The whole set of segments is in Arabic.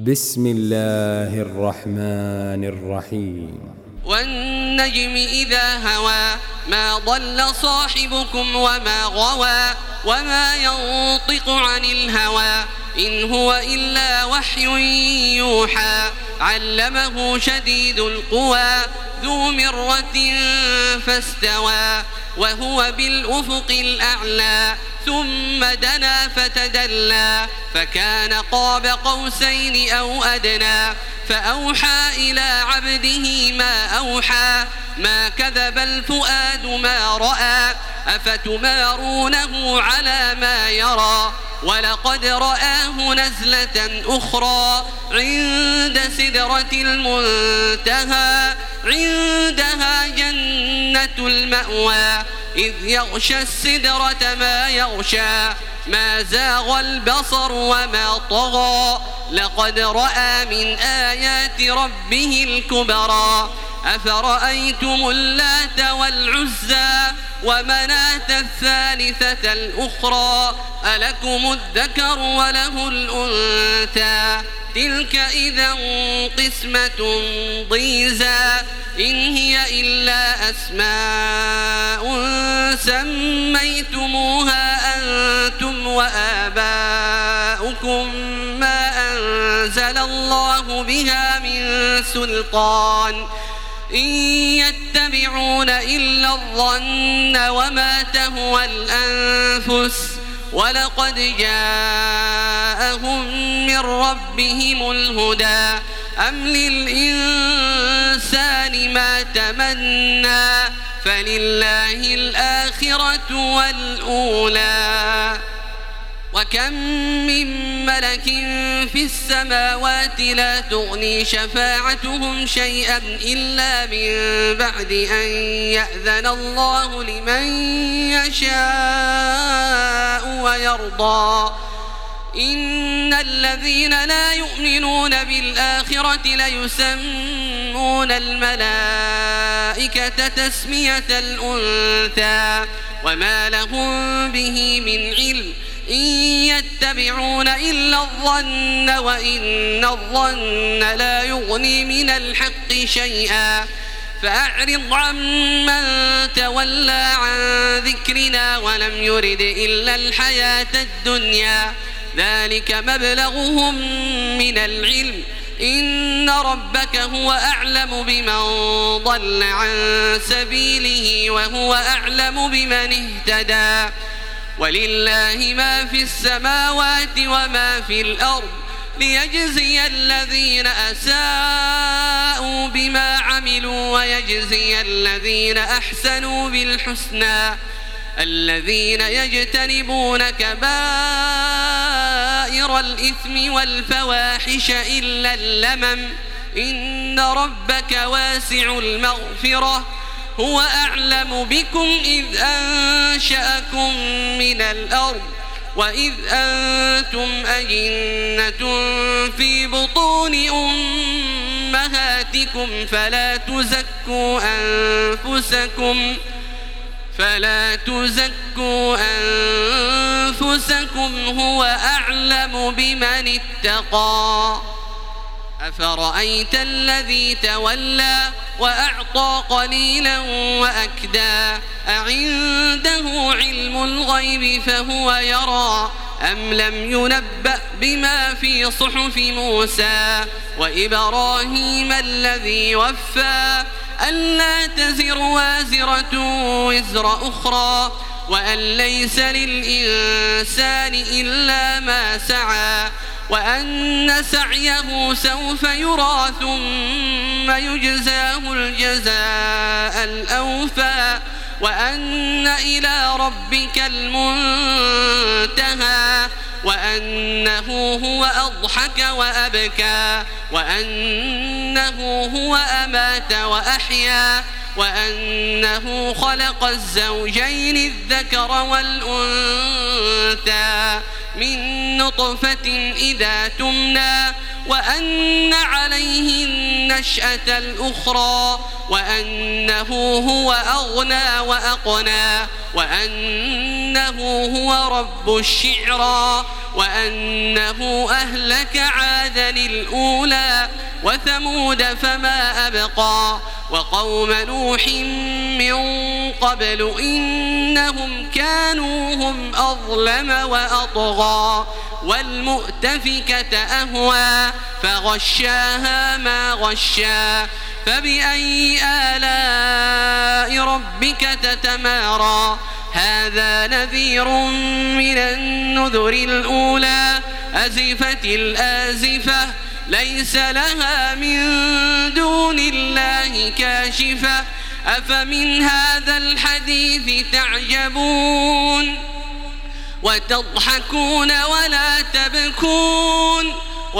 بسم الله الرحمن الرحيم. والنجم إذا هوى ما ضل صاحبكم وما غوى وما ينطق عن الهوى إن هو إلا وحي يوحى علمه شديد القوى ذو مرة فاستوى وهو بالأفق الأعلى ثم دنا فتدلى فكان قاب قوسين أو أدنى فأوحى إلى عبده ما أوحى ما كذب الفؤاد ما رأى أفتمارونه على ما يرى ولقد رآه نزلة أخرى عند سدرة المنتهى عندها جنة المأوى إذ يغشى السدرة ما يغشى ما زاغ البصر وما طغى لقد رأى من آيات ربه الكبرى أفرأيتم اللات والعزى ومناة الثالثة الأخرى ألكم الذكر وله الأنثى تلك إذا قسمة ضيزى إن هي إلا أسماء سميتموها أنتم وآباؤكم ما أنزل الله بها من سلطان إن يتبعون إلا الظن وما تهوى الأنفس ولقد جاءهم من ربهم الهدى أم للإنسان ما تمنى فلله الآخرة والأولى وكم من ملك في السماوات لا تغني شفاعتهم شيئا إلا من بعد أن يأذن الله لمن يشاء ويرضى إن الذين لا يؤمنون بالآخرة ليسمون الملائكة تسمية الأنثى وما لهم به من علم إن يتبعون إلا الظن وإن الظن لا يغني من الحق شيئا فأعرض عمن تولى عن ذكرنا ولم يرد إلا الحياة الدنيا ذلك مبلغهم من العلم إن ربك هو أعلم بمن ضل عن سبيله وهو أعلم بمن اهتدى ولله ما في السماوات وما في الأرض ليجزي الذين أساءوا بما عملوا ويجزي الذين أحسنوا بالحسنى الذين يجتنبون كبائر الإثم والفواحش إلا اللمم إن ربك واسع المغفرة هو أعلم بكم إذ أنشأكم من الأرض وإذ أنتم أجنة في بطون أمهاتكم فلا تزكوا أنفسكم هو أعلم بمن اتقى أفرأيت الذي تولى وأعطى قليلا وأكدى أعنده علم الغيب فهو يرى أم لم ينبأ بما في صحف موسى وإبراهيم الذي وفى ألا تزر وازرة وزر أخرى وأن ليس للإنسان إلا ما سعى وأن سعيه سوف يرى ثم يجزاه الجزاء الأوفى وأن إلى ربك المنتهى وأنه هو أضحك وأبكى وأنه هو أمات وأحيا وأنه خلق الزوجين الذكر والأنثى من نطفة إذا تمنى وأن عليه النشأة الأخرى وأنه هو أغنى وأقنى وأنه هو رب الشعرى وأنه أهلك عادا الأولى وثمود فما أبقى وقوم نوح من قبل إنهم كانوا هم أظلم وأطغى والمؤتفكة أهوى فغشاها ما غشا فبأي آلاء ربك تتمارى هذا نذير من النذر الأولى أزفت الآزفة ليس لها من دون الله كاشفة أفمن هذا الحديث تعجبون وتضحكون ولا تبكون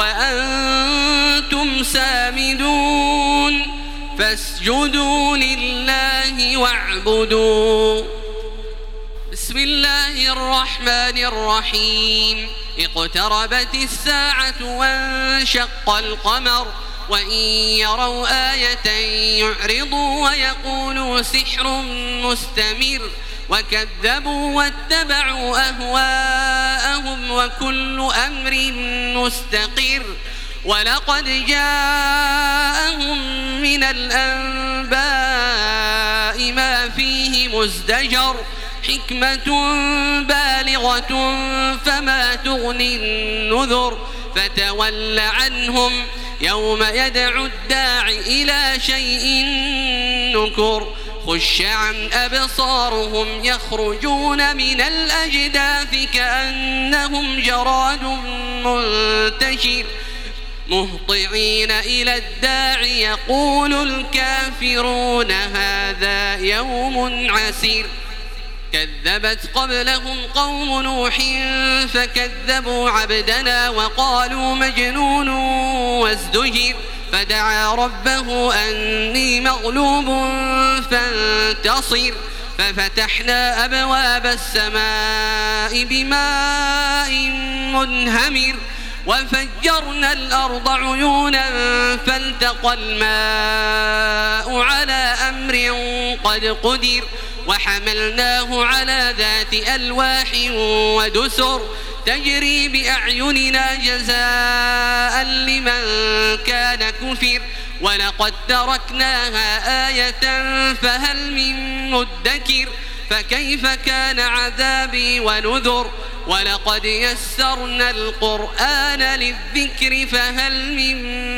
وأنتم سامدون فاسجدوا لله واعبدوا. بسم الله الرحمن الرحيم. اقتربت الساعة وانشق القمر وإن يروا آية يعرضوا ويقولوا سحر مستمر وكذبوا واتبعوا أهواءهم وكل أمر مستقر ولقد جاءهم من الأنباء ما فيه مزدجر حكمة بالغة فما تغني النذر فتول عنهم يوم يدعو الداع إلى شيء نكر خش عن أبصارهم يخرجون من الأجداث كأنهم جراد منتشر مهطعين إلى الداع يقول الكافرون هذا يوم عسير كذبت قبلهم قوم نوح فكذبوا عبدنا وقالوا مجنون وازدجر فدعا ربه أني مغلوب فانتصر ففتحنا أبواب السماء بماء منهمر وفجرنا الأرض عيونا فالتقى الماء على أمر قد قدر وحملناه على ذات ألواح ودسر تجري بأعيننا جزاء لمن كان كفر ولقد تركناها آية فهل من مدكر فكيف كان عذابي ونذر ولقد يسرنا القرآن للذكر فهل من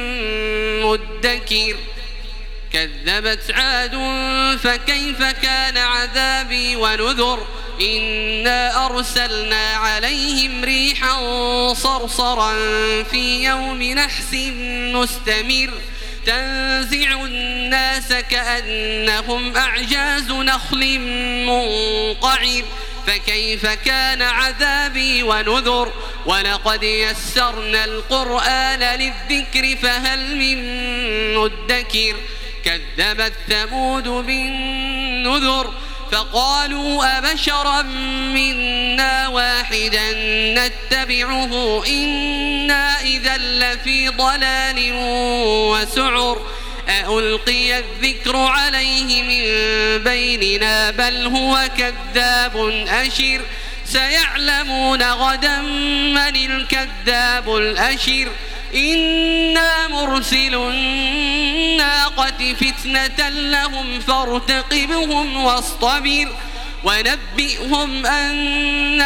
مدكر كذبت عاد فكيف كان عذابي ونذر إنا أرسلنا عليهم ريحا صرصرا في يوم نحس مستمر تنزع الناس كأنهم أعجاز نخل منقعر فكيف كان عذابي ونذر ولقد يسرنا القرآن للذكر فهل من مدكر كذبت ثمود بالنذر فقالوا أبشرا منا واحدا نتبعه إنا إذا لفي ضلال وسعر ألقي الذكر عليه من بيننا بل هو كذاب أشر سيعلمون غدا من الكذاب الأشر إنا مرسل الناقة فتنة لهم فارتقبهم واصطبر ونبئهم أن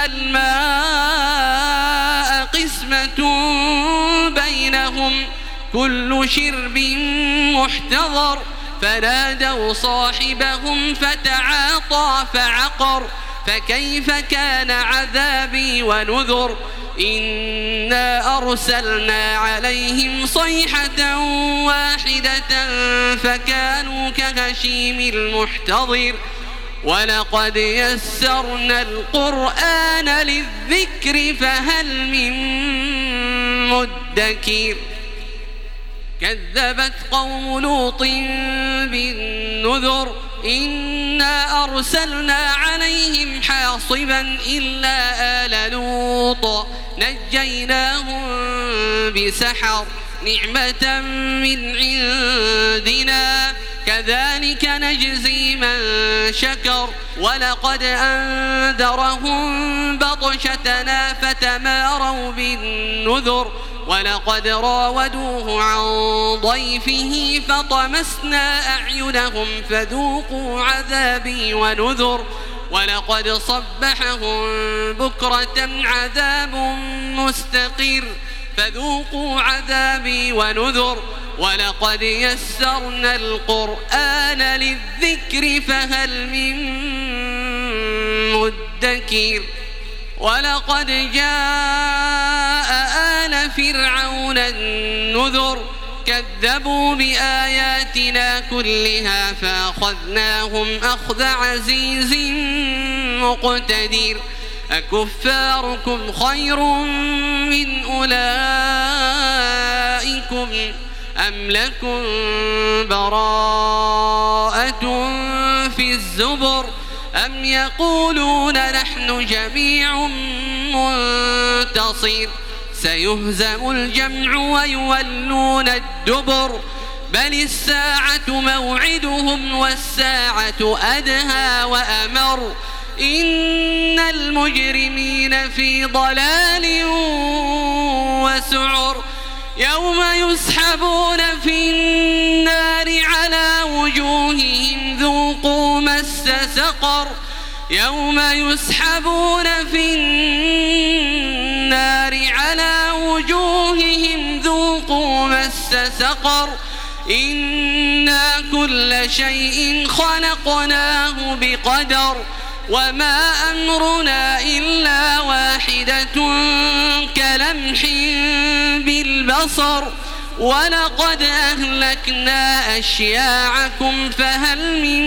الماء قسمة بينهم كل شرب محتضر فنادوا صاحبهم فتعاطى فعقر فكيف كان عذابي ونذر إنا أرسلنا عليهم صيحة واحدة فكانوا كهشيم المحتضر ولقد يسرنا القرآن للذكر فهل من مدكر كذبت قوم لوط بالنذر إنا أرسلنا عليهم حاصبا إلا آل لوط نجيناهم بسحر نعمة من عندنا كذلك نجزي من شكر ولقد أنذرهم بطشتنا فتماروا بالنذر ولقد راودوه عن ضيفه فطمسنا أعينهم فذوقوا عذابي ونذر ولقد صبحهم بكرة عذاب مستقر فذوقوا عذابي ونذر ولقد يسرنا القرآن للذكر فهل من مدكر ولقد جاء آل فرعون النذر كذبوا بآياتنا كلها فأخذناهم أخذ عزيز مقتدر أكفاركم خير من أولئكم أم لكم براءة في الزبر أم يقولون نحن جميع منتصر سيهزم الجمع ويولون الدبر بل الساعة موعدهم والساعة أدهى وأمر إن المجرمين في ضلال وسعر يوم يسحبون في النار على وجوههم ذوقوا مس سقر يوم يسحبون في النار على وجوههم ذوقوا مس سقر إنا كل شيء خلقناه بقدر وما أمرنا إلا واحدة كلمح بالبصر ولقد أهلكنا أشياعكم فهل من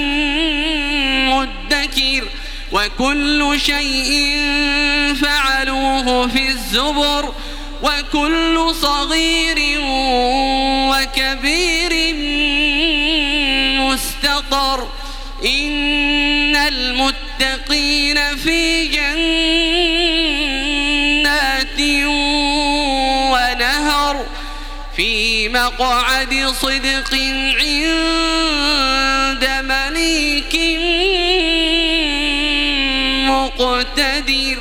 مدكر وكل شيء فعلوه في الزبر وكل صغير وكبير مستطر إن المتقين في جنات ونهر في مقعد صدق عند مليك مقتدر.